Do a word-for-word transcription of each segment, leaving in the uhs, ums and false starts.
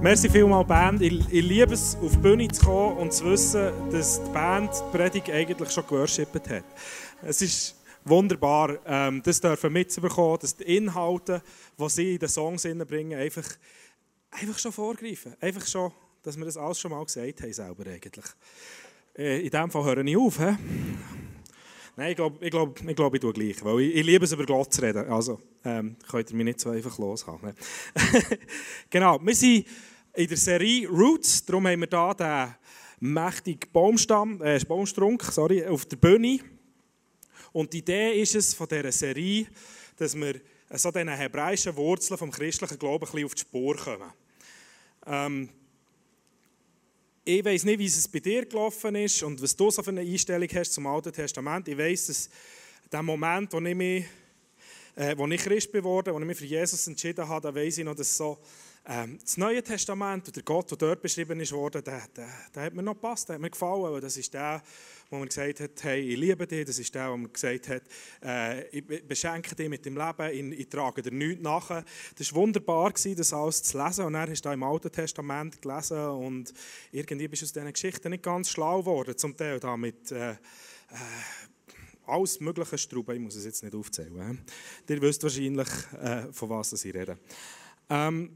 Merci vielmals, Band. Ich, ich liebe es, auf die Bühne zu kommen und zu wissen, dass die Band die Predigt eigentlich schon geworshippet hat. Es ist wunderbar, ähm, das dürfen mitzubekommen, dass die Inhalte, die sie in den Songs bringen, einfach, einfach schon vorgreifen. Einfach schon, dass wir das alles schon mal gesagt haben, selber eigentlich. Äh, in diesem Fall höre ich auf. He? Nein, ich glaube, ich, glaub, ich, glaub, ich tue gleich, weil ich, ich liebe es, über Gott zu reden. Also ähm, könnt ihr mich nicht so einfach loshaben. Genau, wir sind in der Serie Roots, darum haben wir hier den mächtigen Baumstamm, äh, Baumstrunk sorry, auf der Bühne. Und die Idee ist es von dieser Serie, dass wir so diesen hebräischen Wurzeln vom christlichen Glauben ein bisschen auf die Spur kommen. Ähm, Ich weiss nicht, wie es bei dir gelaufen ist und was du so für eine Einstellung hast zum Alten Testament. Ich weiss, dass der Moment, wo ich, mich, äh, wo ich Christ geworden bin, wo ich mich für Jesus entschieden habe, da weiss ich noch, dass so ähm, das Neue Testament und der Gott, der dort beschrieben ist worden, der, der, der hat mir noch gepasst, der hat mir gefallen. Weil das ist der, wo man gesagt hat, hey, ich liebe dich. Das ist der, wo man gesagt hat, äh, ich beschenke dich mit dem Leben, ich, ich trage dir nichts nach. Das war wunderbar, das alles zu lesen. Und dann hast du da im Alten Testament gelesen und irgendwie bist du aus diesen Geschichten nicht ganz schlau geworden. Zum Teil da mit äh, äh, alles mögliche Strauben. Ich muss es jetzt nicht aufzählen. Äh. Ihr wisst wahrscheinlich, äh, von was ich rede. Ähm,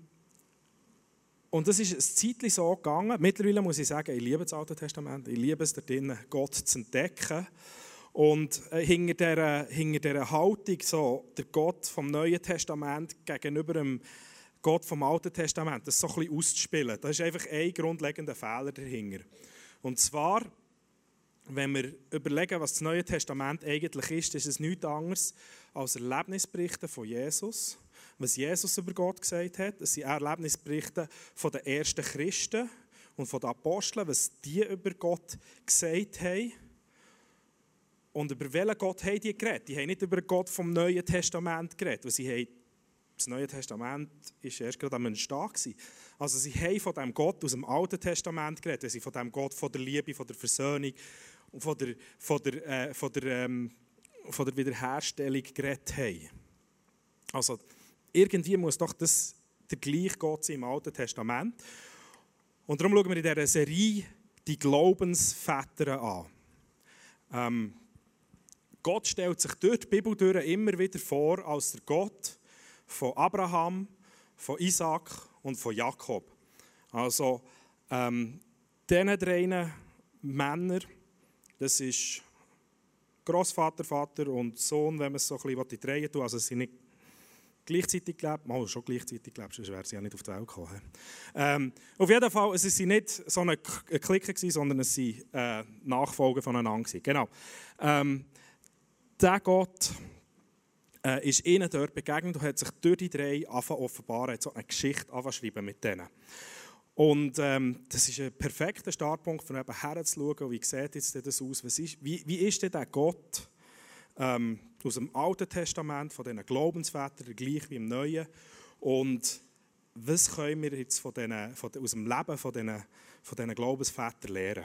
Und das ist ein Zeitchen so gegangen. Mittlerweile muss ich sagen, ich liebe das Alte Testament. Ich liebe es, da drinnen Gott zu entdecken. Und äh, hinter dieser, hinter dieser Haltung, so, der Gott vom Neuen Testament gegenüber dem Gott vom Alten Testament, das so ein bisschen auszuspielen. Das ist einfach ein grundlegender Fehler dahinter. Und zwar, wenn wir überlegen, was das Neue Testament eigentlich ist, ist es nichts anderes als Erlebnisberichte von Jesus, was Jesus über Gott gesagt hat. Es sind Erlebnisberichte von den ersten Christen und von den Aposteln, was die über Gott gesagt haben. Und über welchen Gott haben die geredet? Die haben nicht über Gott vom Neuen Testament geredet, weil sie haben, das Neue Testament war erst gerade am Entstehen. Also sie haben von dem Gott aus dem Alten Testament geredet, weil sie von dem Gott von der Liebe, von der Versöhnung und von der, von der, äh, von der, ähm, von der Wiederherstellung geredet haben. Also irgendwie muss doch das der gleiche Gott sein im Alten Testament. Und darum schauen wir in dieser Serie die Glaubensväter an. Ähm, Gott stellt sich durch die Bibel durch immer wieder vor als der Gott von Abraham, von Isaac und von Jakob. Also ähm, diese drei Männer, das ist Großvater, Vater und Sohn, wenn man es so ein bisschen in die Reihe tun. Also es sind nicht gleichzeitig gelebt, mal schon gleichzeitig gelebt, sonst wäre sie ja nicht auf die Welt gekommen. Ähm, auf jeden Fall, es waren nicht so eine Clique, sondern es waren äh, Nachfolger voneinander. Genau. Ähm, der Gott äh, ist ihnen dort begegnet und hat sich durch die drei angefangen offenbaren, hat so eine Geschichte angefangen mit denen. Und ähm, das ist ein perfekter Startpunkt, um eben herzuschauen, wie sieht jetzt das aus, was ist, wie, wie ist denn der Gott, Ähm, aus dem Alten Testament, von diesen Glaubensvätern, gleich wie im Neuen. Und was können wir jetzt von diesen, von, aus dem Leben von diesen, von diesen Glaubensvätern lernen?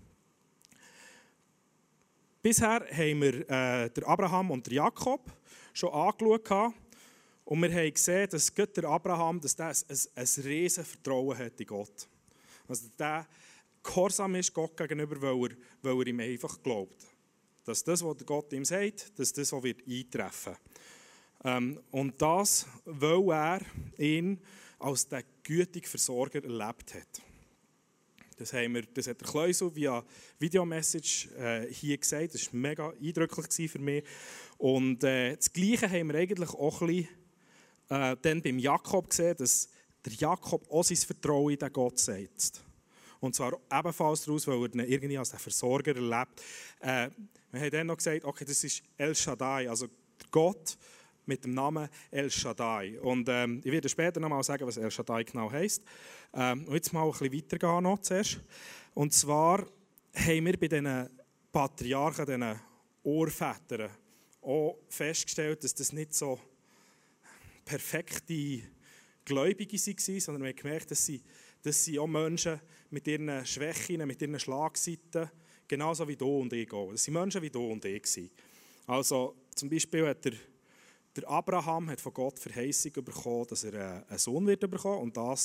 Bisher haben wir äh, der Abraham und der Jakob schon angeschaut. Und wir haben gesehen, dass Gott der Abraham dass der ein, ein, ein riesen Vertrauen hat in Gott. Also der gehorsam ist Gott gegenüber, weil er, weil er ihm einfach glaubt. Dass das, was Gott ihm sagt, dass das auch wird eintreffen. Ähm, und das, weil er ihn als den gütigen Versorger erlebt hat. Das, haben wir, das hat der Kleusel via Videomessage äh, hier gesagt. Das war mega eindrücklich für mich. Und äh, das Gleiche haben wir eigentlich auch ein bisschen, äh, dann beim Jakob gesehen, dass der Jakob auch sein Vertrauen in den Gott setzt. Und zwar ebenfalls daraus, weil er ihn irgendwie als den Versorger erlebt. Äh, wir haben dann noch gesagt, okay, das ist El Shaddai, also Gott mit dem Namen El Shaddai. Und ähm, ich werde später noch mal sagen, was El Shaddai genau heisst. Ähm, und jetzt mal ein bisschen weitergehen noch zuerst. Und zwar haben wir bei diesen Patriarchen, diesen Urvätern, auch festgestellt, dass das nicht so perfekte Gläubige waren, sondern wir haben gemerkt, dass sie, dass sie auch Menschen mit ihren Schwächen, mit ihren Schlagseiten, genauso wie du und ich auch. Das sind Menschen wie du und ich. Also zum Beispiel hat der, der Abraham hat von Gott Verheißung bekommen, dass er einen Sohn wird bekommen und das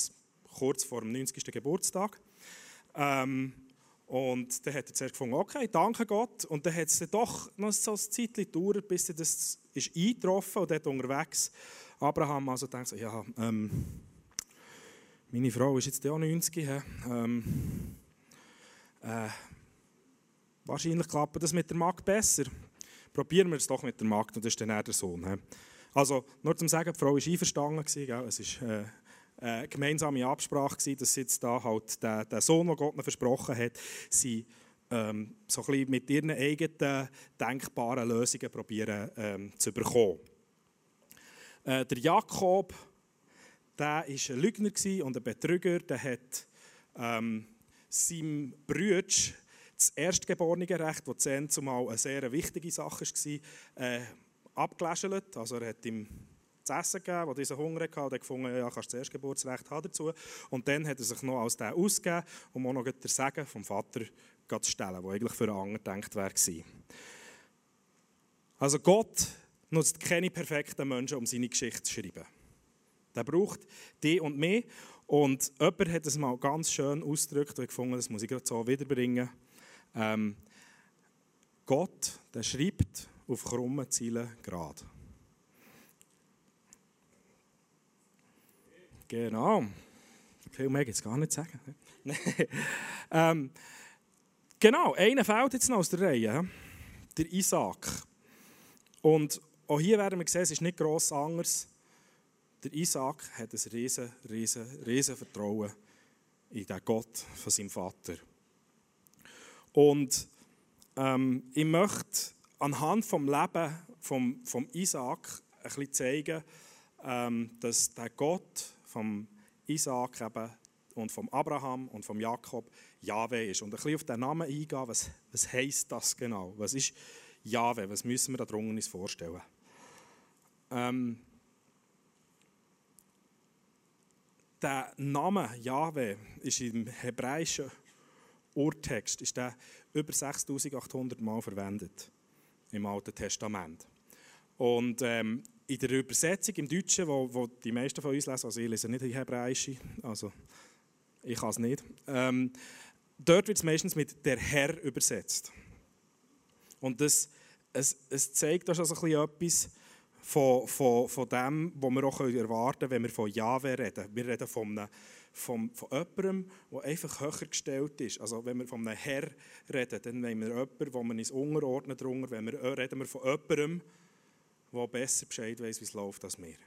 kurz vor dem neunzigsten Geburtstag. Ähm, und dann hat er zuerst gefunden, okay, danke Gott. Und dann hat es dann doch noch so ein Zeitchen gedauert, bis er das ist eingetroffen und dort unterwegs. Abraham also denkt so, ja, ähm, meine Frau ist jetzt auch neunzig. Ähm, äh, wahrscheinlich klappt das mit der Magd besser. Probieren wir es doch mit der Magd und das ist dann eher der Sohn. He. Also, nur zum sagen, die Frau war einverstanden. Gell? Es war äh, eine gemeinsame Absprache, gewesen, dass jetzt da halt der, der Sohn, den Gott ihnen versprochen hat, sie ähm, so ein bisschen mit ihren eigenen denkbaren Lösungen probieren ähm, zu bekommen. Äh, der Jakob, der war ein Lügner und ein Betrüger, der hat ähm, seinem Bruder das erstgeborene Recht, das zuerst zumal eine sehr wichtige Sache war, äh, abgeläschelt. Also er hat ihm zu essen gegeben, wo dieser Hunger hatte, und er gefunden, ja, kannst das Erstgeburtsrecht haben dazu. Und dann hat er sich noch als der ausgegeben, um auch noch den Segen vom Vater zu stellen, der eigentlich für einen anderen gedacht wäre. Also Gott nutzt keine perfekten Menschen, um seine Geschichte zu schreiben. Der braucht die und mich. Und jemand hat es mal ganz schön ausgedrückt und ich gefunden, das muss ich gerade so wiederbringen. Ähm, Gott, der schreibt auf krummen Zielen gerade. Genau. Viel mehr gibt es gar nicht zu sagen. ähm, genau, einer fehlt jetzt noch aus der Reihe. Der Isaak. Und auch hier werden wir sehen, es ist nicht gross anders. Der Isaak hat ein riesen, riesen, riesen Vertrauen in den Gott von seinem Vater. Und ähm, ich möchte anhand des Lebens vom, vom Isaak ein bisschen zeigen, ähm, dass der Gott vom Isaak eben und vom Abraham und vom Jakob Jahwe ist. Und ein bisschen auf den Namen eingehen, was, was heisst das genau? Was ist Jahwe? Was müssen wir darunter uns vorstellen? Ähm, der Name Jahwe ist im hebräischen Urtext ist der über sechstausendachthundert Mal verwendet im Alten Testament. Und ähm, in der Übersetzung im Deutschen, wo, wo die meisten von uns lesen, also ich lese nicht die Hebräische, also ich kann es nicht, ähm, dort wird es meistens mit «der Herr» übersetzt. Und das, es, es zeigt uns also ein bisschen etwas von, von, von dem, was wir auch erwarten können, wenn wir von Jahwe reden. Wir reden von, einem, von, von jemandem, der einfach höher gestellt ist. Also wenn wir von einem Herr reden, dann meinen wir jemanden, wo man uns unterordnet drunter. Wenn wir reden wir von jemandem, der besser Bescheid weiss, wie es läuft, als wir.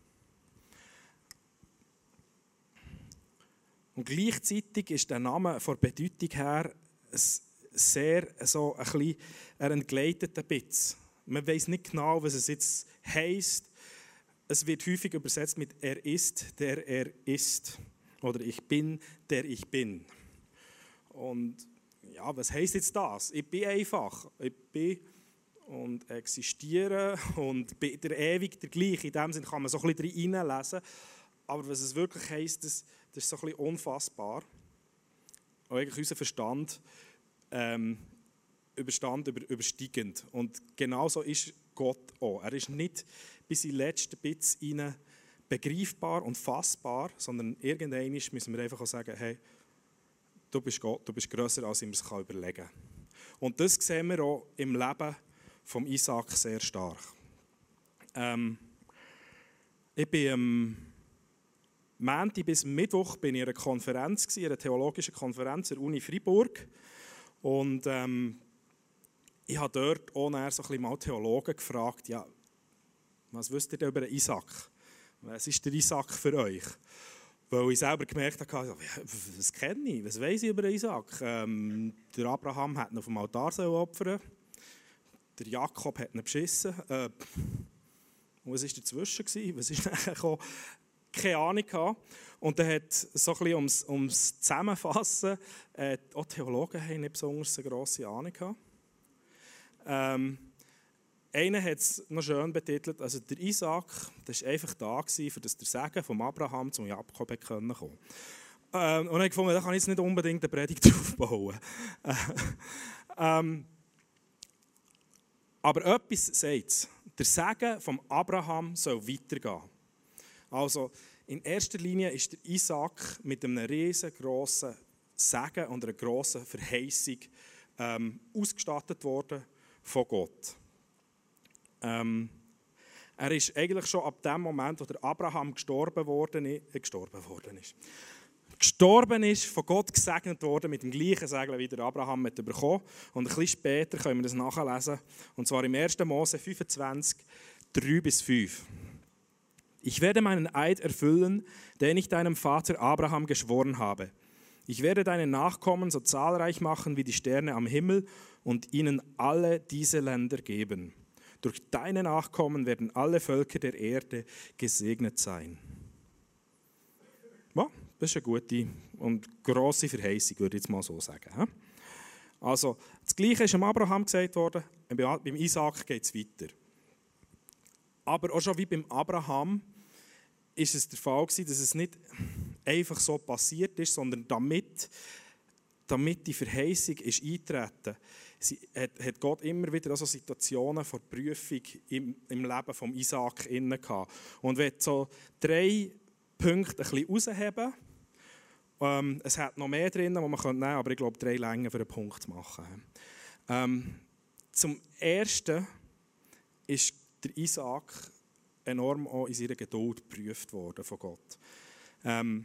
Und gleichzeitig ist der Name von der Bedeutung her sehr so ein bisschen, er entgleitet ein bisschen. Man weiss nicht genau, was es jetzt heisst. Es wird häufig übersetzt mit «Er ist, der er ist» oder «Ich bin, der ich bin». Und ja, was heisst jetzt das? Ich bin einfach. Ich bin und existiere und bin der ewig der gleiche. In dem Sinne kann man so ein bisschen reinlesen. Aber was es wirklich heisst, das, das ist so ein bisschen unfassbar. Und eigentlich unser Verstand ähm, überstand, über, übersteigend. Und genauso ist Gott auch. Er ist nicht bis in den letzten Bits rein begreifbar und fassbar, sondern irgendwann müssen wir einfach auch sagen, hey, du bist Gott, du bist grösser, als ich mir das überlegen kann. Und das sehen wir auch im Leben vom Isaak sehr stark. Ähm, ich bin am Montag bis Mittwoch bin ich in einer Konferenz, in einer theologischen Konferenz an der Uni Freiburg. Und ähm, ich habe dort auch nachher so ein bisschen mal Theologen gefragt, ja, was wisst ihr denn über den Isaak? Was ist der Isaak für euch? Weil ich selber gemerkt habe, was kenne ich, was weiss ich über den Isaak? Ähm, der Abraham hat ihn auf dem Altar opfern. Der Jakob hat ihn beschissen. Äh, was war dazwischen? Was ist nachher gekommen? Keine Ahnung gehabt. Und dann hat so ein bisschen ums, ums Zusammenfassen, äh, auch Theologen haben nicht besonders eine grosse Ahnung gehabt. Ähm, einer hat es noch schön betitelt, also der Isaak, das war einfach da gewesen, für das der Segen vom Abraham zum Jakob kommen konnte. Ähm, und ich gefunden, da kann ich jetzt nicht unbedingt eine Predigt aufbauen. ähm, aber etwas sagt es. Der Segen vom Abraham soll weitergehen. Also, in erster Linie ist der Isaak mit einem riesengroßen Segen und einer grossen Verheißung ähm, ausgestattet worden von Gott. Ähm, er ist eigentlich schon ab dem Moment, wo der Abraham gestorben worden ist, äh, gestorben worden ist, gestorben ist, von Gott gesegnet worden mit dem gleichen Segen, wie der Abraham mit bekommen. Und ein bisschen später können wir das nachlesen, und zwar im ersten Mose fünfundzwanzig, drei bis fünf. Ich werde meinen Eid erfüllen, den ich deinem Vater Abraham geschworen habe. Ich werde deine Nachkommen so zahlreich machen wie die Sterne am Himmel und ihnen alle diese Länder geben. Durch deine Nachkommen werden alle Völker der Erde gesegnet sein. Ja, das ist eine gute und grosse Verheißung, würde ich jetzt mal so sagen. Also, das Gleiche ist dem Abraham gesagt worden, beim Isaak geht es weiter. Aber auch schon wie beim Abraham ist es der Fall gewesen, dass es nicht einfach so passiert ist, sondern damit, damit die Verheißung ist eintreten, sie, hat, hat Gott immer wieder so Situationen von Prüfung im, im Leben von Isaak inne gehabt. Und wenn so drei Punkte ein bisschen rausheben, ähm, es hat noch mehr drin, die man nehmen könnte, aber ich glaube, drei Längen für einen Punkt zu machen. Ähm, zum Ersten ist der Isaak enorm auch in seiner Geduld geprüft worden von Gott. Ähm,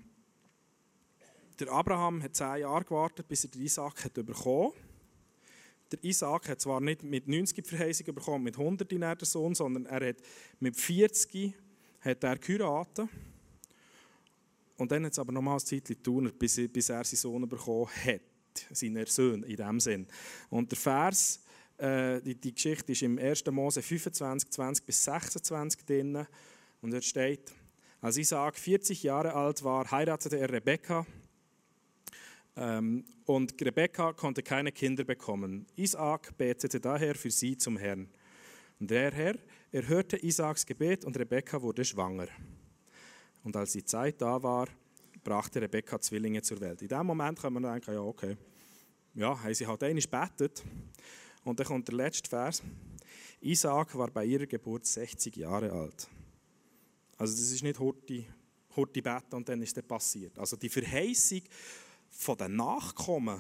der Abraham hat zehn Jahre gewartet, bis er den Isaak hat bekommen. Der Isaak hat zwar nicht mit neunzig die Verheißung bekommen, mit hundert in der Sohn, sondern er hat mit vierzig hat er geheiratet. Und dann hat es aber nochmals ein Zeitchen gedauert, bis, bis er seinen Sohn bekommen hat, seinen Sohn in dem Sinn. Und der Vers, äh, die, die Geschichte ist im ersten Mose fünfundzwanzig, zwanzig bis sechsundzwanzig drin. Und dort steht, als Isaak vierzig Jahre alt war, heiratete er Rebekka. Ähm, und Rebekka konnte keine Kinder bekommen. Isaak betete daher für sie zum Herrn. Und der Herr erhörte Isaaks Gebet und Rebekka wurde schwanger. Und als die Zeit da war, brachte Rebekka Zwillinge zur Welt. In dem Moment kann man denken, ja okay, ja, haben sie halt einmal gebetet. Und dann kommt der letzte Vers. Isaak war bei ihrer Geburt sechzig Jahre alt. Also das ist nicht Horti, Horti beten und dann ist das passiert. Also die Verheißung von den Nachkommen,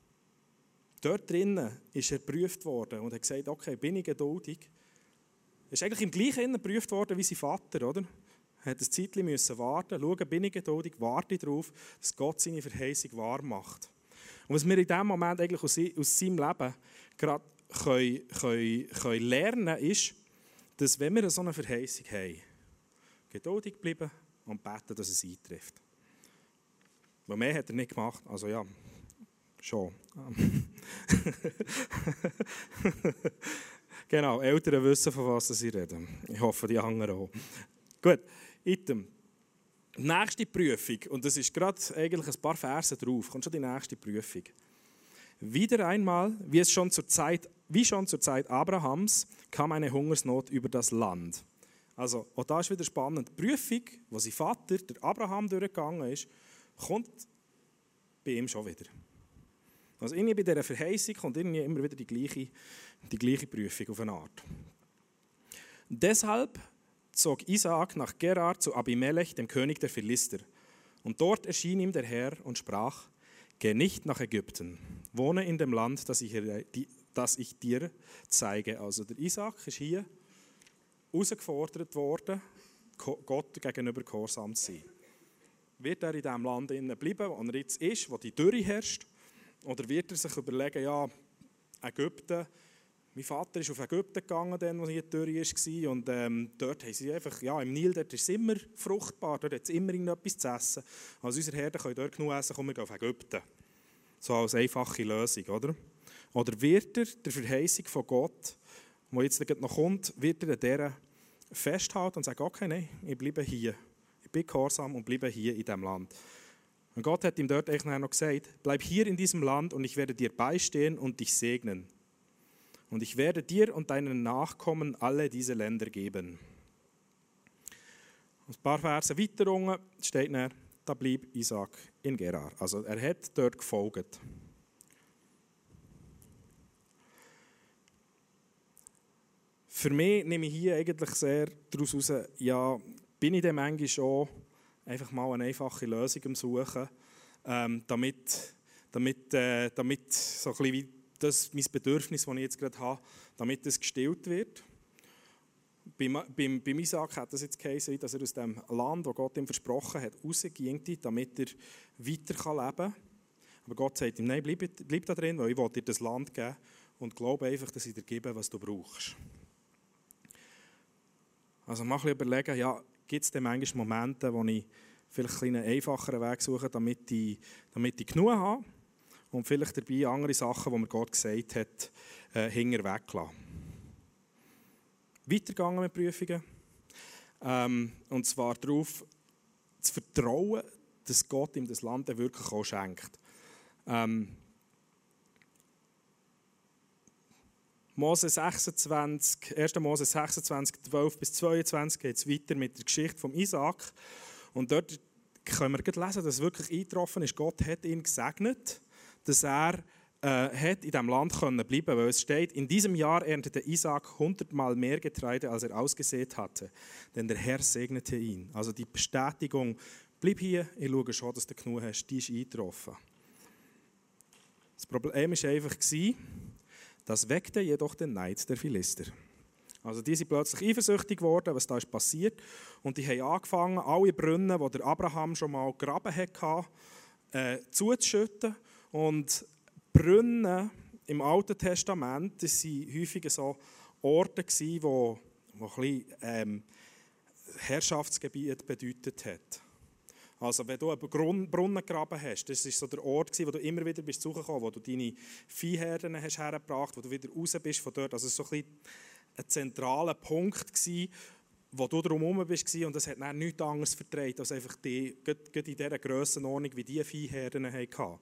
dort drinnen ist er geprüft worden und hat gesagt, okay, bin ich geduldig? Er ist eigentlich im gleichen geprüft worden wie sein Vater, oder? Er hat ein Zeitchen müssen warten, schauen, bin ich geduldig, warte darauf, dass Gott seine Verheißung wahr macht. Und was wir in diesem Moment eigentlich aus, aus seinem Leben gerade können, können, können lernen, ist, dass wenn wir so eine Verheißung haben, geduldig bleiben und beten, dass es eintrifft. Weil mehr hat er nicht gemacht, also ja, schon. Genau, Eltern wissen, von was sie reden. Ich hoffe, die anderen auch. Gut, item. Nächste Prüfung, und das ist gerade eigentlich ein paar Verse drauf, kommt schon die nächste Prüfung. Wieder einmal, wie, es schon zur Zeit, wie schon zur Zeit Abrahams, kam eine Hungersnot über das Land. Also, auch da ist wieder spannend. Die Prüfung, die sein Vater, der Abraham, durchgegangen ist, kommt bei ihm schon wieder. Also irgendwie bei dieser Verheißung kommt irgendwie immer wieder die gleiche, die gleiche Prüfung auf eine Art. Deshalb zog Isaak nach Gerar zu Abimelech, dem König der Philister. Und dort erschien ihm der Herr und sprach, geh nicht nach Ägypten, wohne in dem Land, das ich, das ich dir zeige. Also der Isaak ist hier herausgefordert worden, Gott gegenüber gehorsam zu sein. Wird er in diesem Land bleiben, wo er jetzt ist, wo die Dürre herrscht? Oder wird er sich überlegen, ja, Ägypten, mein Vater ist auf Ägypten gegangen, dann, wo hier die Dürre war, und ähm, dort haben sie einfach, ja, im Nil dort ist es immer fruchtbar, dort hat es immer etwas zu essen. Also unsere Herden können dort genug essen, kommen wir auf Ägypten. So als einfache Lösung, oder? Oder wird er der Verheißung von Gott, die jetzt noch kommt, wird er an dieser festhalten und sagen, okay, nein, ich bleibe hier. Ich bin gehorsam und bleibe hier in diesem Land. Und Gott hat ihm dort eigentlich noch gesagt, bleib hier in diesem Land und ich werde dir beistehen und dich segnen. Und ich werde dir und deinen Nachkommen alle diese Länder geben. Ein paar Verse weiter unten steht dann, da blieb Isaak in Gerar. Also er hat dort gefolgt. Für mich nehme ich hier eigentlich sehr daraus heraus, ja, bin ich dem manchmal schon einfach mal eine einfache Lösung am Suchen, ähm, damit, damit, äh, damit so ein bisschen wie das mein Bedürfnis, das ich jetzt gerade habe, damit das gestillt wird. Beim, beim, beim Isaac hat das jetzt geheißen, dass er aus dem Land, das Gott ihm versprochen hat, rausging, damit er weiter leben kann. Aber Gott sagt ihm, nein, bleib, bleib da drin, weil ich will dir das Land geben und glaube einfach, dass ich dir gebe, was du brauchst. Also mal ein bisschen überlegen, ja, gibt es denn manchmal Momente, wo ich vielleicht einen einfacheren Weg suche, damit ich, damit ich genug habe und vielleicht dabei andere Sachen, die mir Gott gesagt hat, äh, hinterher weglassen. Weitergegangen mit Prüfungen. Ähm, und zwar darauf zu vertrauen, dass Gott ihm das Land wirklich auch schenkt. Ähm, Mose sechsundzwanzig, erster Mose sechsundzwanzig, zwölf bis zweiundzwanzig geht es weiter mit der Geschichte von Isaac. Und dort können wir lesen, dass es wirklich eingetroffen ist, Gott hat ihn gesegnet, dass er Äh, hat in diesem Land können bleiben, weil es steht, in diesem Jahr erntete Isaac hundertmal mehr Getreide, als er ausgesät hatte, denn der Herr segnete ihn. Also die Bestätigung, bleib hier, ich schaue schon, dass du genug hast, die ist eingetroffen. Das Problem war einfach, das weckte jedoch den Neid der Philister. Also die sind plötzlich eifersüchtig geworden, was da ist passiert, und die haben angefangen, alle Brunnen, die der Abraham schon mal gegraben hatte, äh, zuzuschütten. Und Brunnen im Alten Testament, das waren häufig so Orte, die, wo, wo ein bisschen, ähm, Herrschaftsgebiet bedeutet hat. Also wenn du einen Brunnen gegraben hast, das war so der Ort, wo du immer wieder bist zugekommen, wo du deine Viehherden hast hergebracht, wo du wieder raus bist von dort. Also es war so ein, bisschen ein zentraler Punkt, wo du drumherum bist, und das hat dann nichts anderes vertreten, als einfach die, gerade in dieser Grössenordnung, wie die Viehherden hatten.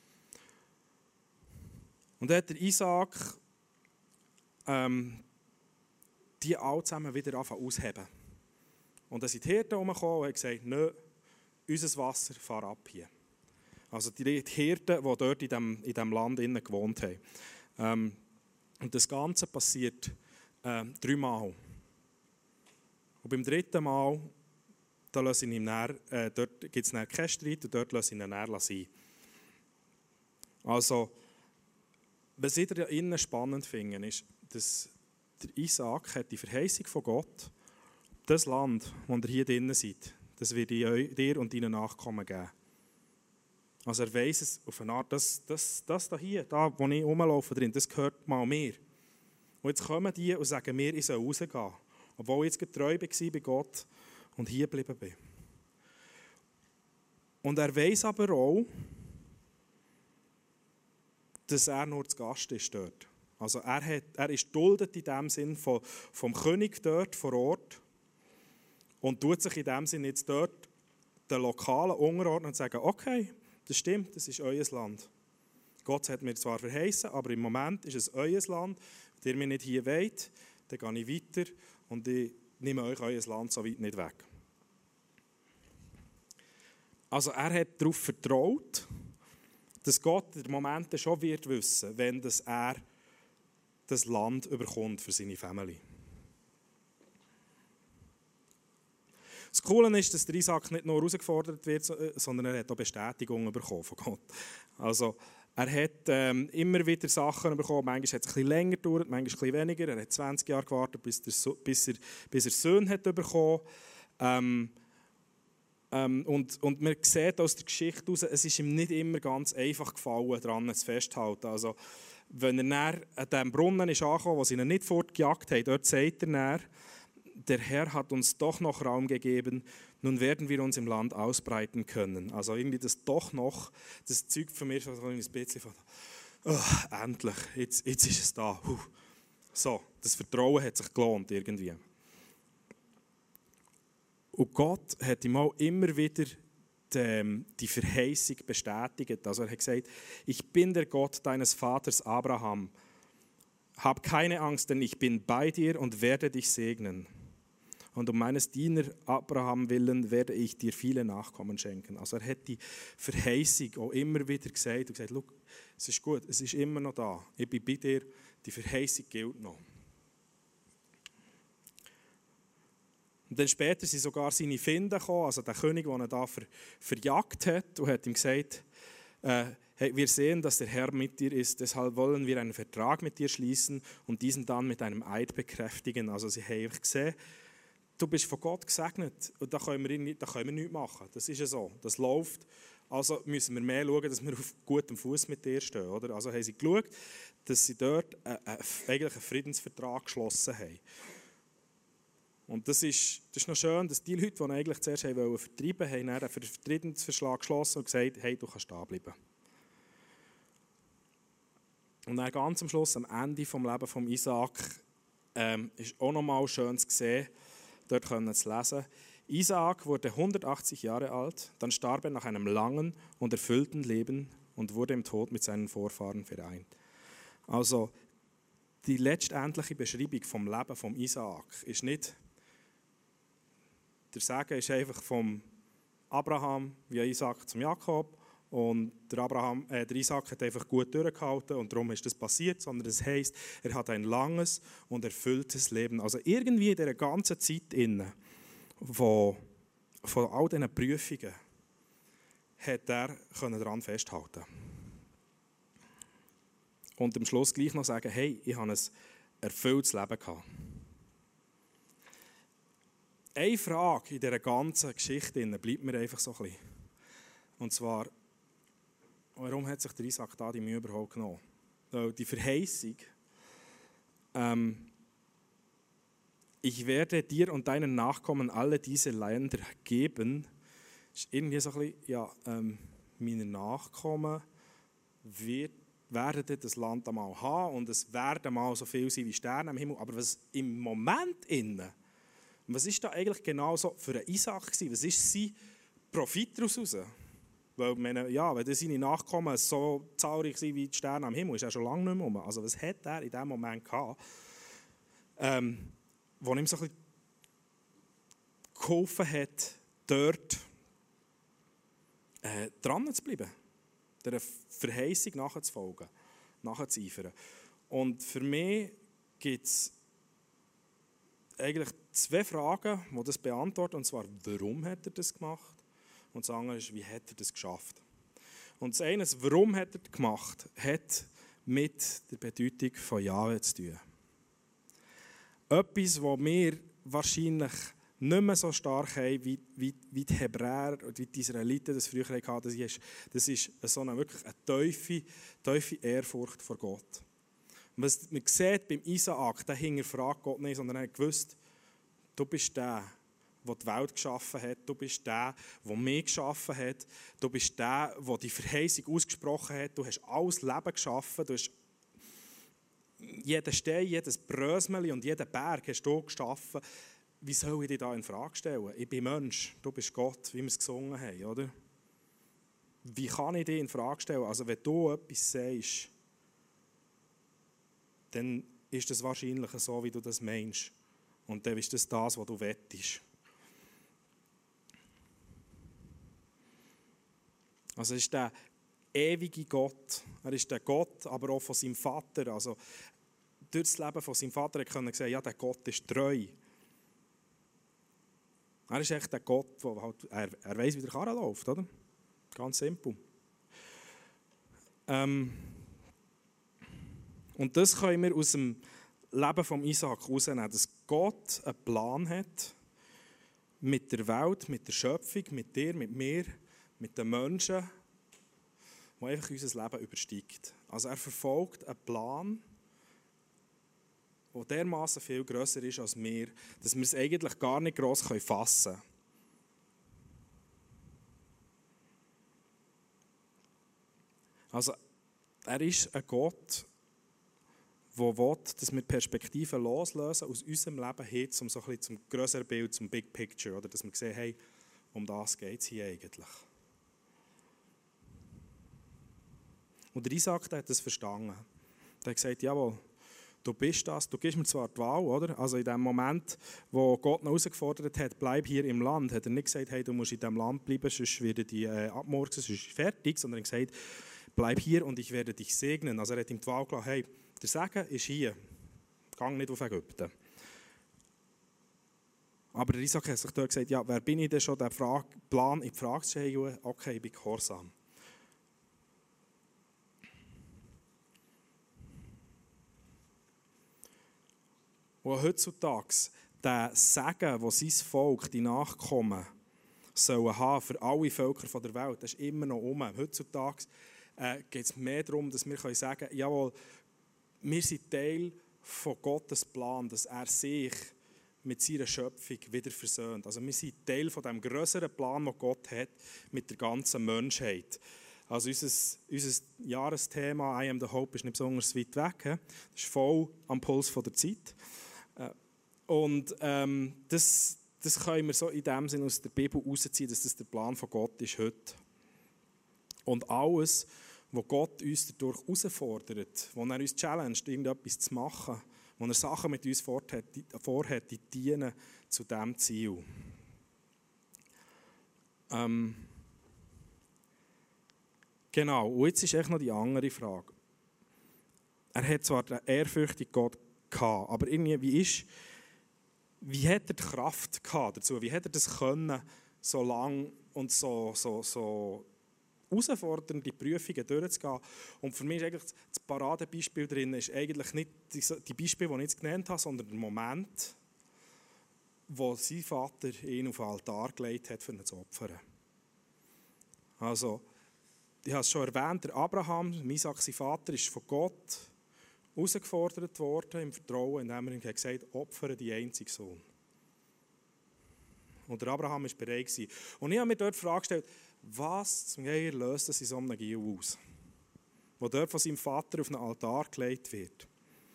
Und dann hat der Isaac ähm, die alle zusammen wieder anfangen auszuheben. Und dann sind die Hirten herumgekommen und haben gesagt, nö, unser Wasser, fahr ab hier. Also die Hirten, die dort in diesem in dem Land innen gewohnt haben. Ähm, und das Ganze passiert äh, dreimal. Und beim dritten Mal, da lasse ich ihn dann, äh, dort gibt es keinen Streit und dort lasse ich ihn dann sein. Also, was ich da innen spannend finde, ist, dass der Isaac hat die Verheißung von Gott, das Land, wo ihr hier drinnen seid, das wird dir und deinen Nachkommen geben. Also er weiss es auf eine Art, das, das, das da hier, da wo ich rumlaufe drin, das gehört mal mir. Und jetzt kommen die und sagen mir, ich soll rausgehen, obwohl ich jetzt treu war bei Gott und hier geblieben bin. Und er weiss aber auch, dass er nur zu Gast ist dort. Also er, hat, er ist geduldet in dem Sinn von, vom König dort vor Ort und tut sich in dem Sinn jetzt dort den Lokalen unterordnen und sagen, okay, das stimmt, das ist euer Land. Gott hat mir zwar verheißen, aber im Moment ist es euer Land. Wenn ihr mich nicht hier wollt, dann gehe ich weiter und ich nehme euch euer Land so weit nicht weg. Also er hat darauf vertraut, dass Gott in den Momenten schon wird wissen, wenn das er das Land überkommt für seine Familie. Das Coole ist, dass der Isaac nicht nur herausgefordert wird, sondern er hat auch Bestätigung bekommen von Gott. Also er hat ähm, immer wieder Sachen bekommen, manchmal hat es ein bisschen länger gedauert, manchmal ein bisschen weniger. Er hat zwanzig Jahre gewartet, bis, der so- bis, er, bis er Söhne hat bekommen. Ähm, Ähm, und, und man sieht aus der Geschichte heraus, es ist ihm nicht immer ganz einfach gefallen, daran zu festhalten. Also, wenn er dann an diesem Brunnen ist angekommen, wo sie ihn nicht fortgejagt haben, dort sagt er dann, der Herr hat uns doch noch Raum gegeben, nun werden wir uns im Land ausbreiten können. Also irgendwie das doch noch, das zeugt für mich so ein bisschen von, oh, endlich, jetzt, jetzt ist es da. Huh. So, das Vertrauen hat sich gelohnt irgendwie. Und Gott hat ihm auch immer wieder die, die Verheißung bestätigt. Also er hat gesagt, ich bin der Gott deines Vaters Abraham. Hab keine Angst, denn ich bin bei dir und werde dich segnen. Und um meines Diener Abraham willen werde ich dir viele Nachkommen schenken. Also er hat die Verheißung auch immer wieder gesagt und gesagt, schau, es ist gut, es ist immer noch da. Ich bin bei dir, die Verheißung gilt noch. Und dann später sind sogar seine Finden gekommen, also der König, der ihn da ver, verjagt hat, und hat ihm gesagt, äh, hey, wir sehen, dass der Herr mit dir ist, deshalb wollen wir einen Vertrag mit dir schließen und diesen dann mit einem Eid bekräftigen. Also sie haben einfach gesehen, du bist von Gott gesegnet und da können wir, nicht, da können wir nichts machen. Das ist ja so, das läuft. Also müssen wir mehr schauen, dass wir auf gutem Fuß mit dir stehen. Oder? Also haben sie geschaut, dass sie dort äh, äh, eigentlich einen Friedensvertrag geschlossen haben. Und das ist, das ist noch schön, dass die Leute, die ihn eigentlich zuerst vertreiben wollten, haben einen Friedensvertrag geschlossen und gesagt, hey, du kannst da bleiben. Und dann ganz am Schluss, am Ende des Lebens von Isaak, ähm, ist auch nochmal schön zu sehen, dort können zu lesen. Isaak wurde hundertachtzig Jahre alt, dann starb er nach einem langen und erfüllten Leben und wurde im Tod mit seinen Vorfahren vereint. Also die letztendliche Beschreibung vom Leben von Isaak ist nicht, der Segen ist einfach vom Abraham via Isaak zum Jakob und der, Abraham, äh, der Isaak hat einfach gut durchgehalten und darum ist das passiert, sondern das heisst, er hat ein langes und erfülltes Leben. Also irgendwie in dieser ganzen Zeit inne von, von all diesen Prüfungen hat er daran festhalten. Und am Schluss gleich noch sagen, hey, ich habe ein erfülltes Leben gehabt. Eine Frage in dieser ganzen Geschichte bleibt mir einfach so ein bisschen. Und zwar, warum hat sich der Isaak da die Mühe überhaupt genommen? Weil die Verheißung, ähm, ich werde dir und deinen Nachkommen alle diese Länder geben, ist irgendwie so ein bisschen, ja, ähm, meine Nachkommen wird, werden das Land einmal haben und es werden mal so viel sein wie Sterne am Himmel. Aber was im Moment innen, was ist da eigentlich genau so für einen Isaak gewesen? Was ist sein Profit daraus? Weil, meine, ja, wenn seine Nachkommen so zahlreich sind wie die Sterne am Himmel, ist er schon lange nicht mehr um. Also was hat er in dem Moment gehabt, ähm, wo ihm so ein bisschen geholfen hat, dort äh, dran zu bleiben, der Verheißung nachzufolgen, nachzueifern. Und für mich gibt es eigentlich zwei Fragen, die das beantworten. Und zwar, warum hat er das gemacht? Und das andere ist, wie hat er das geschafft? Und das eine, warum hat er das gemacht, hat mit der Bedeutung von Jahwe zu tun. Etwas, das wir wahrscheinlich nicht mehr so stark haben, wie, wie, wie die Hebräer und wie die Israeliten das früher hatten. Das ist, das ist so eine, wirklich eine tiefe, tiefe Ehrfurcht vor Gott. Und was man sieht beim Isaak, der hinterfragt Gott nicht, sondern er hat gewusst, du bist der, der die Welt geschaffen hat, du bist der, der mich geschaffen hat, du bist der, der die Verheißung ausgesprochen hat, du hast alles Leben geschaffen, du hast jeden Stein, jedes Brösmeli und jeden Berg hast du geschaffen. Wie soll ich dich da in Frage stellen? Ich bin Mensch, du bist Gott, wie wir es gesungen haben, oder? Wie kann ich dich in Frage stellen? Also wenn du etwas sagst, dann ist das wahrscheinlich so, wie du das meinst. Und dann ist das das, was du wettest. Also es ist der ewige Gott. Er ist der Gott, aber auch von seinem Vater. Also durch das Leben von seinem Vater konnte er sagen, ja, der Gott ist treu. Er ist echt der Gott, der halt, er, er weiss, wie der Karren läuft, oder? Ganz simpel. Ähm, und das können wir aus dem Leben von Isaak herausnehmen, dass Gott einen Plan hat mit der Welt, mit der Schöpfung, mit dir, mit mir, mit den Menschen, der einfach unser Leben übersteigt. Also er verfolgt einen Plan, der dermaßen viel grösser ist als wir, dass wir es eigentlich gar nicht gross fassen können. Also er ist ein Gott, der will, dass wir Perspektiven loslösen aus unserem Leben hin zum, so ein bisschen zum grösseren Bild, zum Big Picture, oder? Dass wir sehen, hey, um das geht es hier eigentlich. Und der Isaak der hat das verstanden. Er hat gesagt, jawohl, du bist das, du gibst mir zwar die Wahl, oder? Also in dem Moment, wo Gott ihn herausgefordert hat, bleib hier im Land, hat er nicht gesagt, hey, du musst in diesem Land bleiben, sonst werden die äh, abmurksen, sonst ist es fertig, sondern er hat gesagt, bleib hier und ich werde dich segnen. Also er hat ihm die Wahl gelassen, hey, der Segen ist hier, geh nicht auf Ägypten. Aber Isaac hat sich dort gesagt, ja, wer bin ich denn schon, den Frage, Plan in die Frage zu stellen? Okay, ich bin gehorsam. Und heutzutage der Segen, den sein Volk, die Nachkommen, sollen haben für alle Völker der Welt, das ist immer noch um. Heutzutage äh, geht es mehr darum, dass wir können sagen können, jawohl, wir sind Teil von Gottes Plan, dass er sich mit seiner Schöpfung wieder versöhnt. Also wir sind Teil von dem grösseren Plan, den Gott hat mit der ganzen Menschheit. Also unser, unser Jahresthema «I am the Hope» ist nicht besonders weit weg. Das ist voll am Puls der Zeit. Und ähm, das, das können wir so in dem Sinne aus der Bibel herausziehen, dass das der Plan von Gott ist heute. Und alles, was Gott uns dadurch herausfordert, wo er uns challenged, irgendetwas zu machen, wo er Sachen mit uns vorhat, vorhat die dienen zu diesem Ziel. Ähm, genau, und jetzt ist echt noch die andere Frage. Er hat zwar den ehrfürchtigen Gott gehabt, aber irgendwie, wie ist, wie hat er die Kraft gehabt dazu? Wie hat er das können, so lang und so, so, so herausfordernde Prüfungen durchzugehen? Und für mich ist eigentlich das Paradebeispiel drin ist eigentlich nicht die Beispiele, die ich jetzt genannt habe, sondern der Moment, wo sein Vater ihn auf den Altar gelegt hat, um ihn zu opfern. Also, ich habe es schon erwähnt, der Abraham, Isaac, sein Vater, ist von Gott herausgefordert worden im Vertrauen, indem er ihm gesagt hat, opfere die einzigen Sohn. Und der Abraham war bereit gewesen. Und ich habe mir dort die Frage gestellt, was zum Geier löst das in so einem Gil aus, wo dort von seinem Vater auf einen Altar gelegt wird.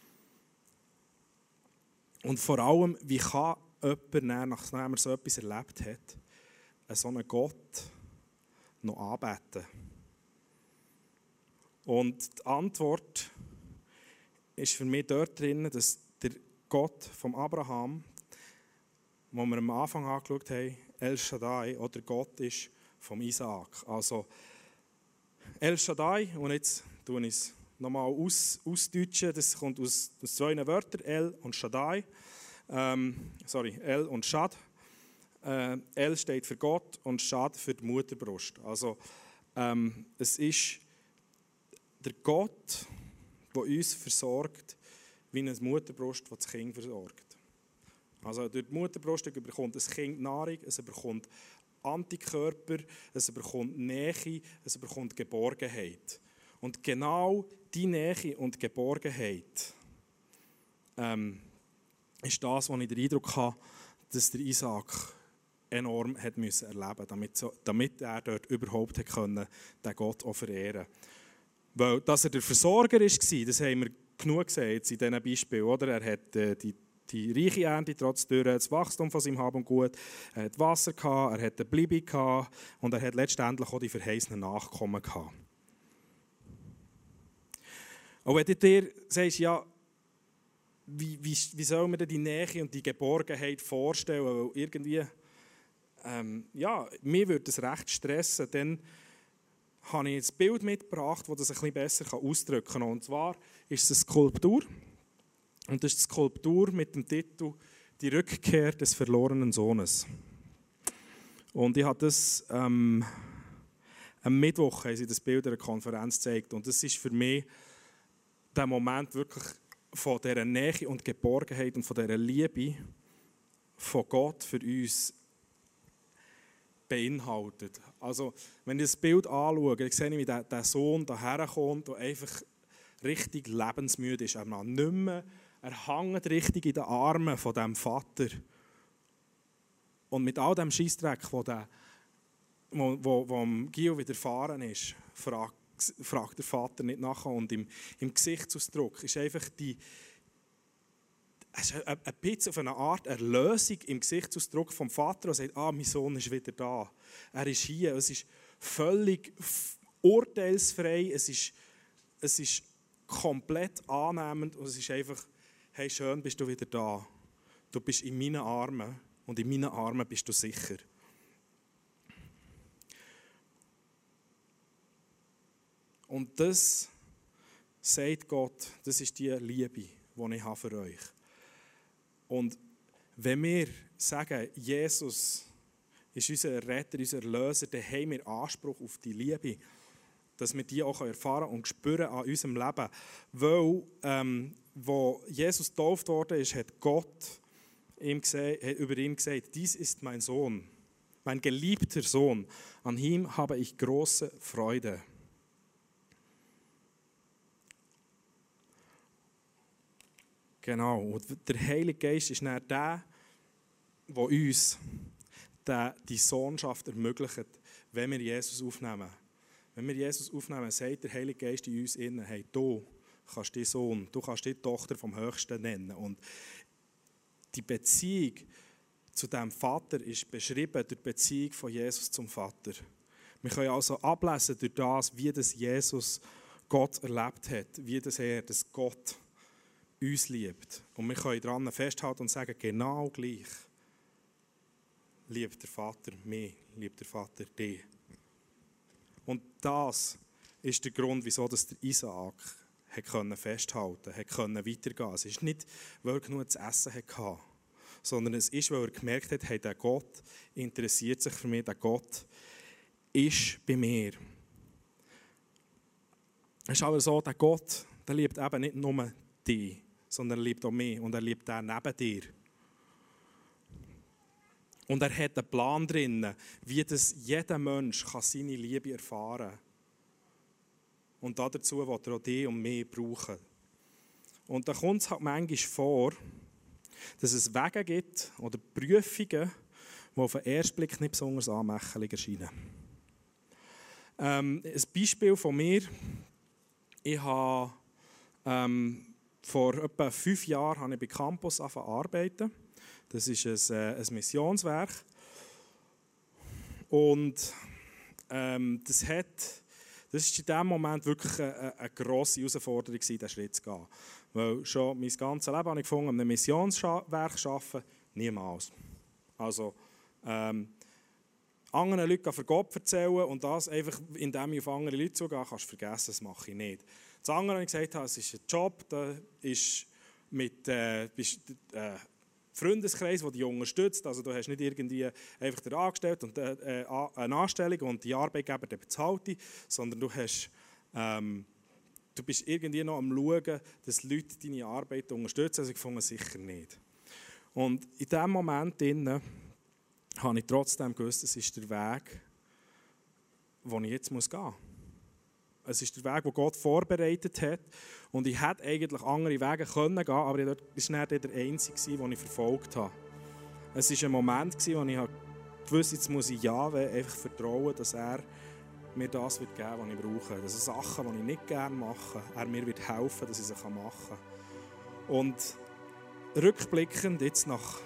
Und vor allem, wie kann jemand, nachdem er so etwas erlebt hat, so einen Gott noch anbeten? Und die Antwort ist für mich dort drin, dass der Gott vom Abraham, wo wir am Anfang angeschaut haben, El Shaddai, oder Gott ist vom Isaak. Also El Shaddai, und jetzt tue ich es nochmal aus, ausdeutschen, das kommt aus, aus zwei Wörtern, El und Shaddai. Ähm, sorry, El und Shad. Äh, El steht für Gott und Shad für die Mutterbrust. Also ähm, es ist der Gott, der uns versorgt, wie eine Mutterbrust, die das Kind versorgt. Also durch die Mutterbrust bekommt das Kind Nahrung, es bekommt Antikörper, es bekommt Nähe, es bekommt Geborgenheit. Und genau diese Nähe und Geborgenheit ähm, ist das, was ich den Eindruck habe, dass der Isaak enorm hat müssen erleben, damit, so, damit er dort überhaupt hat können, den Gott auch verehren konnte. Weil, dass er der Versorger war, das haben wir genug gesehen jetzt in diesen Beispielen. Oder? Er hat äh, die, die reiche Ernte trotzdem, das Wachstum von seinem Hab und Gut, er hat Wasser gehabt, er hat eine Bleibe gehabt und er hat letztendlich auch die verheißenen Nachkommen gehabt. Und wenn du dir sagst, ja, wie, wie, wie soll man denn die Nähe und die Geborgenheit vorstellen? Weil irgendwie, ähm, ja, mir würde das recht stressen, denn habe ich ein Bild mitgebracht, das das ein bisschen besser ausdrücken kann. Und zwar ist es eine Skulptur. Und das ist die Skulptur mit dem Titel «Die Rückkehr des verlorenen Sohnes». Und ich habe das ähm, am Mittwoch haben sie das Bild in einer Konferenz gezeigt. Und das ist für mich der Moment wirklich von dieser Nähe und Geborgenheit und von dieser Liebe von Gott für uns beinhaltet. Also, wenn ich das Bild anschaue, dann sehe ich, wie der, der Sohn daher kommt und einfach richtig lebensmüde ist. Er nicht mehr, er hängt richtig in den Armen von diesem Vater. Und mit all dem Scheissdreck, wo, der, wo, wo, wo dem Gio widerfahren ist, fragt, fragt der Vater nicht nachher. Und im, im Gesichtsausdruck ist einfach die, es ist ein bisschen auf eine Art Erlösung im Gesichtsausdruck vom Vater, der sagt, ah, mein Sohn ist wieder da. Er ist hier. Es ist völlig urteilsfrei. Es ist, es ist komplett annehmend. Und es ist einfach, hey, schön, bist du wieder da. Du bist in meinen Armen. Und in meinen Armen bist du sicher. Und das sagt Gott, das ist die Liebe, die ich habe für euch. Und Wenn wir sagen, Jesus ist unser Retter, unser Erlöser, dann haben wir Anspruch auf die Liebe, dass wir die auch erfahren und spüren an unserem Leben. Weil, ähm, wo Jesus getauft worden ist, hat Gott ihm gesagt, hat über ihn gesagt, dies ist mein Sohn, mein geliebter Sohn, an ihm habe ich große Freude. Genau, und der Heilige Geist ist dann der, der uns die Sohnschaft ermöglicht, wenn wir Jesus aufnehmen. Wenn wir Jesus aufnehmen, sagt der Heilige Geist in uns innen, hey, du kannst deinen Sohn, du kannst die Tochter vom Höchsten nennen. Und die Beziehung zu diesem Vater ist beschrieben durch die Beziehung von Jesus zum Vater. Wir können also ablesen durch das, wie das Jesus Gott erlebt hat, wie das er, dass Gott uns liebt. Und wir können daran festhalten und sagen, genau gleich liebt der Vater mich, liebt der Vater dich. Und das ist der Grund, wieso der Isaak festhalten konnte, weitergehen konnte. Es ist nicht, weil er genug zu essen hatte, sondern es ist, weil er gemerkt hat, hey, der Gott interessiert sich für mich, der Gott ist bei mir. Es ist aber so, der Gott, der liebt eben nicht nur dich, sondern er liebt auch mich und er liebt den neben dir. Und er hat einen Plan drin, wie das jeder Mensch kann seine Liebe erfahren kann. Und dazu will er auch dich und mich brauchen. Und da kommt es halt manchmal vor, dass es Wege gibt oder Prüfungen, die auf den ersten Blick nicht besonders anmächtig erscheinen. Ähm, ein Beispiel von mir. Ich habe ähm, vor etwa fünf Jahren habe ich bei Campus angefangen zu arbeiten. Das ist ein, äh, ein Missionswerk. Und ähm, das hat, das ist in diesem Moment wirklich eine, eine grosse Herausforderung, diesen Schritt zu gehen. Weil schon mein ganzes Leben habe ich gefunden, an einem Missionswerk zu arbeiten, niemals. Also, ähm, anderen Leuten von Gott erzählen und das einfach, indem ich auf andere Leute zugehe, kannst du vergessen, das mache ich nicht. Das andere habe ich gesagt, es ist ein Job, der ist mit äh, bist, äh, Freundeskreis, der dich unterstützt. Also du hast nicht irgendwie einfach den Angestellten und äh, eine Anstellung und die Arbeitgeber der bezahlt dich, sondern du hast, ähm, du bist irgendwie noch am schauen, dass Leute deine Arbeit unterstützen. Also ich fand es sicher nicht. Und in diesem Moment drin habe ich trotzdem gewusst, es ist der Weg, den ich jetzt gehen muss. Es ist der Weg, den Gott vorbereitet hat. Und ich hätte eigentlich andere Wege können gehen, aber das war nicht der einzige, den ich verfolgt habe. Es war ein Moment, wo ich wusste, jetzt muss ich Jahwe einfach vertrauen, dass er mir das wird geben, was ich brauche. Das sind Sachen, die ich nicht gerne mache. Er mir wird helfen, dass ich sie machen kann. Und rückblickend, jetzt nach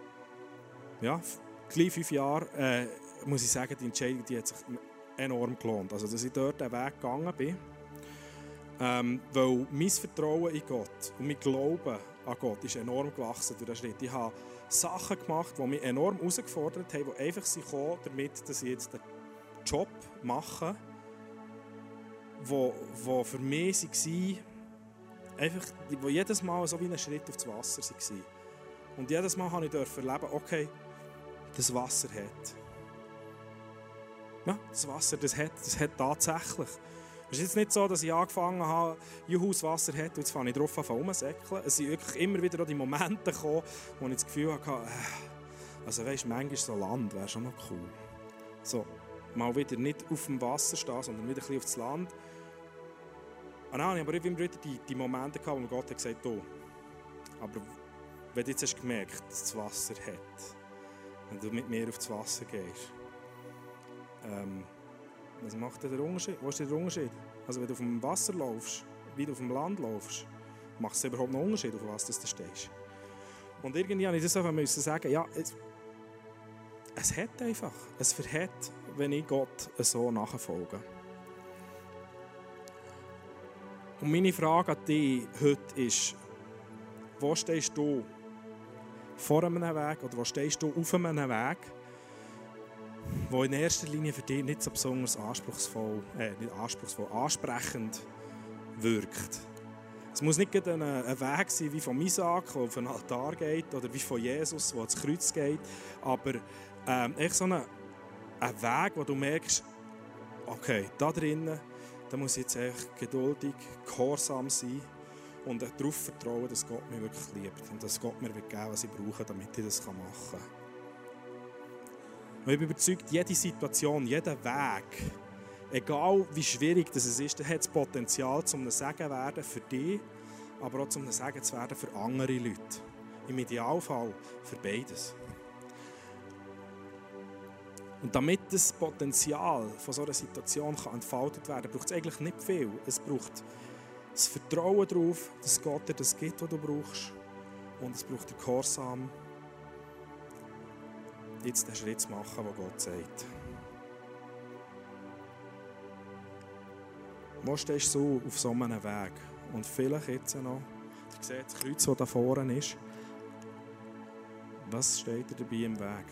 ja, gleich fünf Jahren, äh, muss ich sagen, die Entscheidung die hat sich enorm gelohnt. Also, dass ich dort den Weg gegangen bin. Ähm, weil mein Vertrauen in Gott und mein Glauben an Gott ist enorm gewachsen durch diesen Schritt. Ich habe Sachen gemacht, die mich enorm herausgefordert haben, die einfach kamen, damit dass ich jetzt den Job mache, wo, wo für mich war, einfach, wo jedes Mal so wie ein Schritt aufs Wasser war. Und jedes Mal durfte ich erleben, okay, das Wasser hat. Ja, das Wasser, das hat, das hat tatsächlich. Es ist jetzt nicht so, dass ich angefangen habe, juhu, das Wasser hat, und jetzt fange ich drauf an rumzusäckeln. Es sind wirklich immer wieder auch die Momente gekommen, wo ich das Gefühl hatte, äh, also weisst, manchmal so Land wäre schon noch cool. So, mal wieder nicht auf dem Wasser stehen, sondern wieder ein bisschen auf das Land. Und dann habe ich aber immer wieder die, die Momente gehabt, wo mir Gott hat gesagt, oh, aber wenn du jetzt hast gemerkt, dass das Wasser hat, wenn du mit mir auf das Wasser gehst, ähm, was macht denn der Unterschied? Wo ist der Unterschied? Also wenn du auf dem Wasser laufst, wie du auf dem Land laufst, macht es überhaupt noch einen Unterschied, auf was du stehst. Und irgendwie musste ich das einfach sagen, ja, es, es hat einfach, es verhält, wenn ich Gott so nachfolge. Und meine Frage an dich heute ist, wo stehst du vor einem Weg oder wo stehst du auf einem Weg, wo in erster Linie für dich nicht so besonders anspruchsvoll, äh, nicht anspruchsvoll, ansprechend wirkt. Es muss nicht ein, ein Weg sein wie von Isaac, der auf den Altar geht, oder wie von Jesus, der ans Kreuz geht, aber ähm, echt so ein, ein Weg, wo du merkst, okay, da drinnen, da muss ich jetzt echt geduldig, gehorsam sein und darauf vertrauen, dass Gott mich wirklich liebt und dass Gott mir geben will, was ich brauche, damit ich das machen kann. Und ich bin überzeugt, jede Situation, jeder Weg, egal wie schwierig das ist, der hat das Potenzial, zum ein Segen werden für dich, aber auch zum ein Segen zu werden für andere Leute. Im Idealfall für beides. Und damit das Potenzial von so einer Situation kann entfaltet werden kann, braucht es eigentlich nicht viel. Es braucht das Vertrauen darauf, dass Gott dir das gibt, was du brauchst. Und es braucht den Gehorsam, jetzt den Schritt zu machen, den Gott sagt. Wo stehst du auf so einem Weg? Und vielleicht jetzt noch, ihr seht das Kreuz, das da vorne ist. Was steht dir dabei im Weg?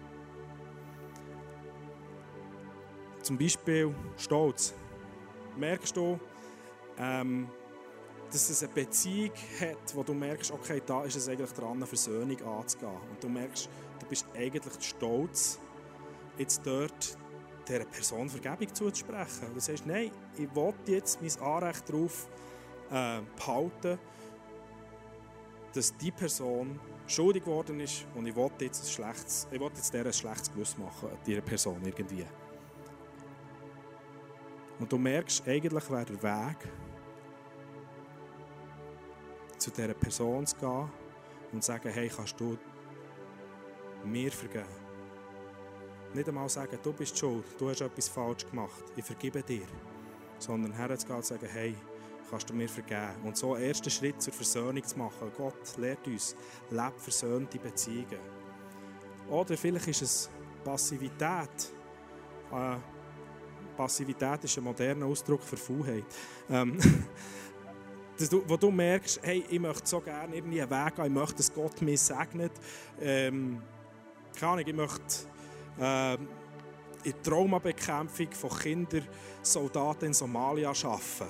Zum Beispiel Stolz. Merkst du, ähm, dass es eine Beziehung hat, wo du merkst, okay, da ist es eigentlich dran, eine Versöhnung anzugehen. Und du merkst, du bist eigentlich stolz, jetzt dort dieser Person Vergebung zuzusprechen. Du sagst, nein, ich will jetzt mein Anrecht darauf äh, behalten, dass die Person schuldig geworden ist und ich will jetzt, ein schlechtes, ich will jetzt der ein schlechtes Gewissen machen, dieser Person irgendwie. Und du merkst, eigentlich wäre der Weg, zu dieser Person zu gehen und zu sagen, hey, kannst du mir vergeben? Nicht einmal sagen, du bist schuld, du hast etwas falsch gemacht, ich vergebe dir. Sondern herzugehen und zu sagen, hey, kannst du mir vergeben? Und so einen ersten Schritt zur Versöhnung zu machen. Gott lehrt uns, lebt versöhnte Beziehungen. Oder vielleicht ist es Passivität. Äh, Passivität ist ein moderner Ausdruck für Faulheit. Ähm, dass du, wo du merkst, hey, ich möchte so gerne irgendwie einen Weg gehen, ich möchte, dass Gott mich segnet. Ähm, keine Ahnung, ich möchte äh, in der Traumabekämpfung von Kindersoldaten in Somalia arbeiten.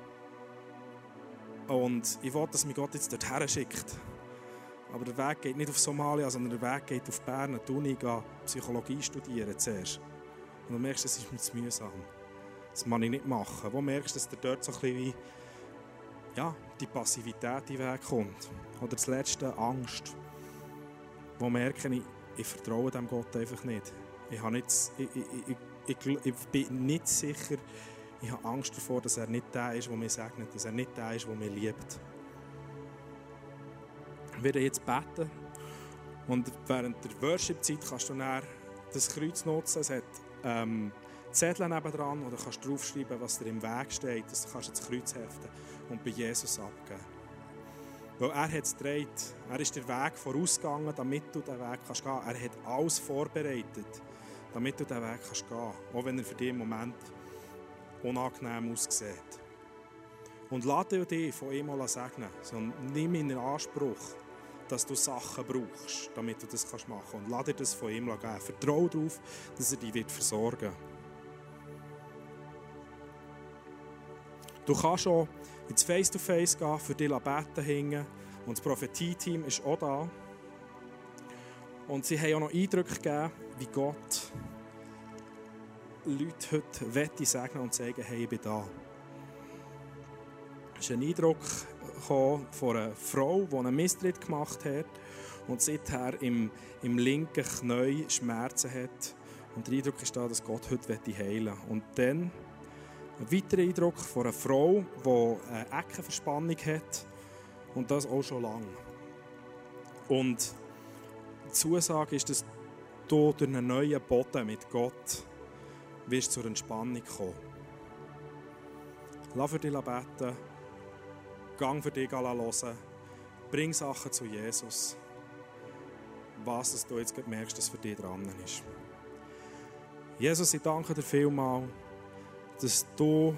Und ich will, dass mich Gott jetzt dorthin schickt. Aber der Weg geht nicht auf Somalia, sondern der Weg geht auf Bern, an die Uni, gehen Psychologie studieren zuerst. Und du merkst, das ist mir zu mühsam. Das kann ich nicht machen. Wo merkst du, dass dir dort so ein bisschen wie ja, die Passivität in den Weg kommt? Oder das letzte, Angst. Wo merke ich, ich vertraue dem Gott einfach nicht. Ich, habe nicht, ich, ich, ich, ich, ich bin nicht sicher, ich habe Angst davor, dass er nicht der ist, der mich segnet, dass er nicht der ist, der mich liebt. Wir werden jetzt beten und während der Worship-Zeit kannst du dann das Kreuz nutzen. Es hat ähm, Zettel nebendran, oder kannst du draufschreiben, was dir im Weg steht. Das kannst du das Kreuz heften und bei Jesus abgeben. Weil er hat es gedreht. Er ist den Weg vorausgegangen, damit du den Weg kannst gehen. Er hat alles vorbereitet, damit du den Weg kannst gehen. Auch wenn er für dich im Moment unangenehm aussieht. Und lade dich von ihm mal segnen. Sondern nimm in Anspruch, dass du Sachen brauchst, damit du das machen kannst. Und lass dir das von ihm geben. Vertraue darauf, dass er dich wird versorgen wird. Du kannst auch ins Face-to-Face gehen, für dich beten hingen. Und das Prophetie-Team ist auch da. Und sie haben auch noch Eindrücke gegeben, wie Gott Leute heute segnen und sagen, hey, ich bin da. Es ist ein Eindruck von einer Frau, die einen Misstritt gemacht hat und seither im, im linken Knie Schmerzen hat. Und der Eindruck ist da, dass Gott heute heilen will. Und dann ein weiterer Eindruck von einer Frau, die eine Eckenverspannung hat und das auch schon lange. Und die Zusage ist, dass du durch einen neuen Boden mit Gott wirst zur Entspannung kommen. Lass für dich beten. Gang für dich hören. Bring Sachen zu Jesus. Was dass du jetzt merkst, dass für dich dran ist. Jesus, ich danke dir vielmals, dass du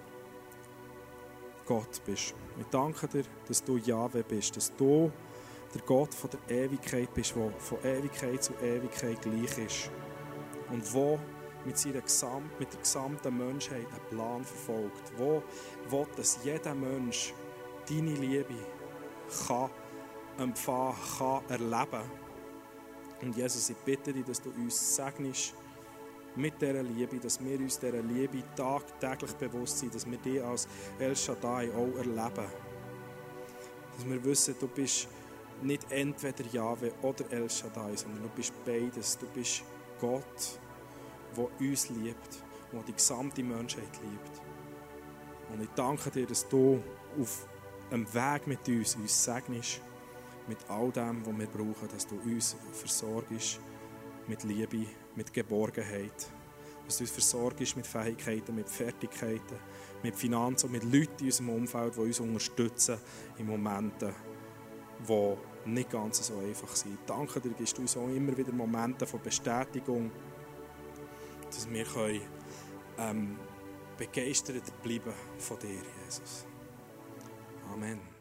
Gott bist. Ich danke dir, dass du Jahwe bist, dass du der Gott von der Ewigkeit bist, der von Ewigkeit zu Ewigkeit gleich ist. Und wo mit, seiner Gesamt, mit der gesamten Menschheit einen Plan verfolgt. Wo will, dass jeder Mensch deine Liebe kann empfangen, kann erleben. Und Jesus, ich bitte dich, dass du uns segnest mit dieser Liebe, dass wir uns dieser Liebe tagtäglich bewusst sind, dass wir dich als El Shaddai auch erleben. Dass wir wissen, du bist nicht entweder Jahwe oder El Shaddai, sondern du bist beides. Du bist Gott, der uns liebt und der die gesamte Menschheit liebt. Und ich danke dir, dass du auf einem Weg mit uns uns segnest, mit all dem, was wir brauchen, dass du uns versorgst mit Liebe, mit Geborgenheit, dass du uns versorgst mit Fähigkeiten, mit Fertigkeiten, mit Finanzen und mit Leuten in unserem Umfeld, die uns unterstützen in Momenten, die nicht ganz so einfach sind. Danke dir, gibst du uns auch immer wieder Momente von Bestätigung, dass wir können, ähm, begeistert bleiben von dir, Jesus. Amen.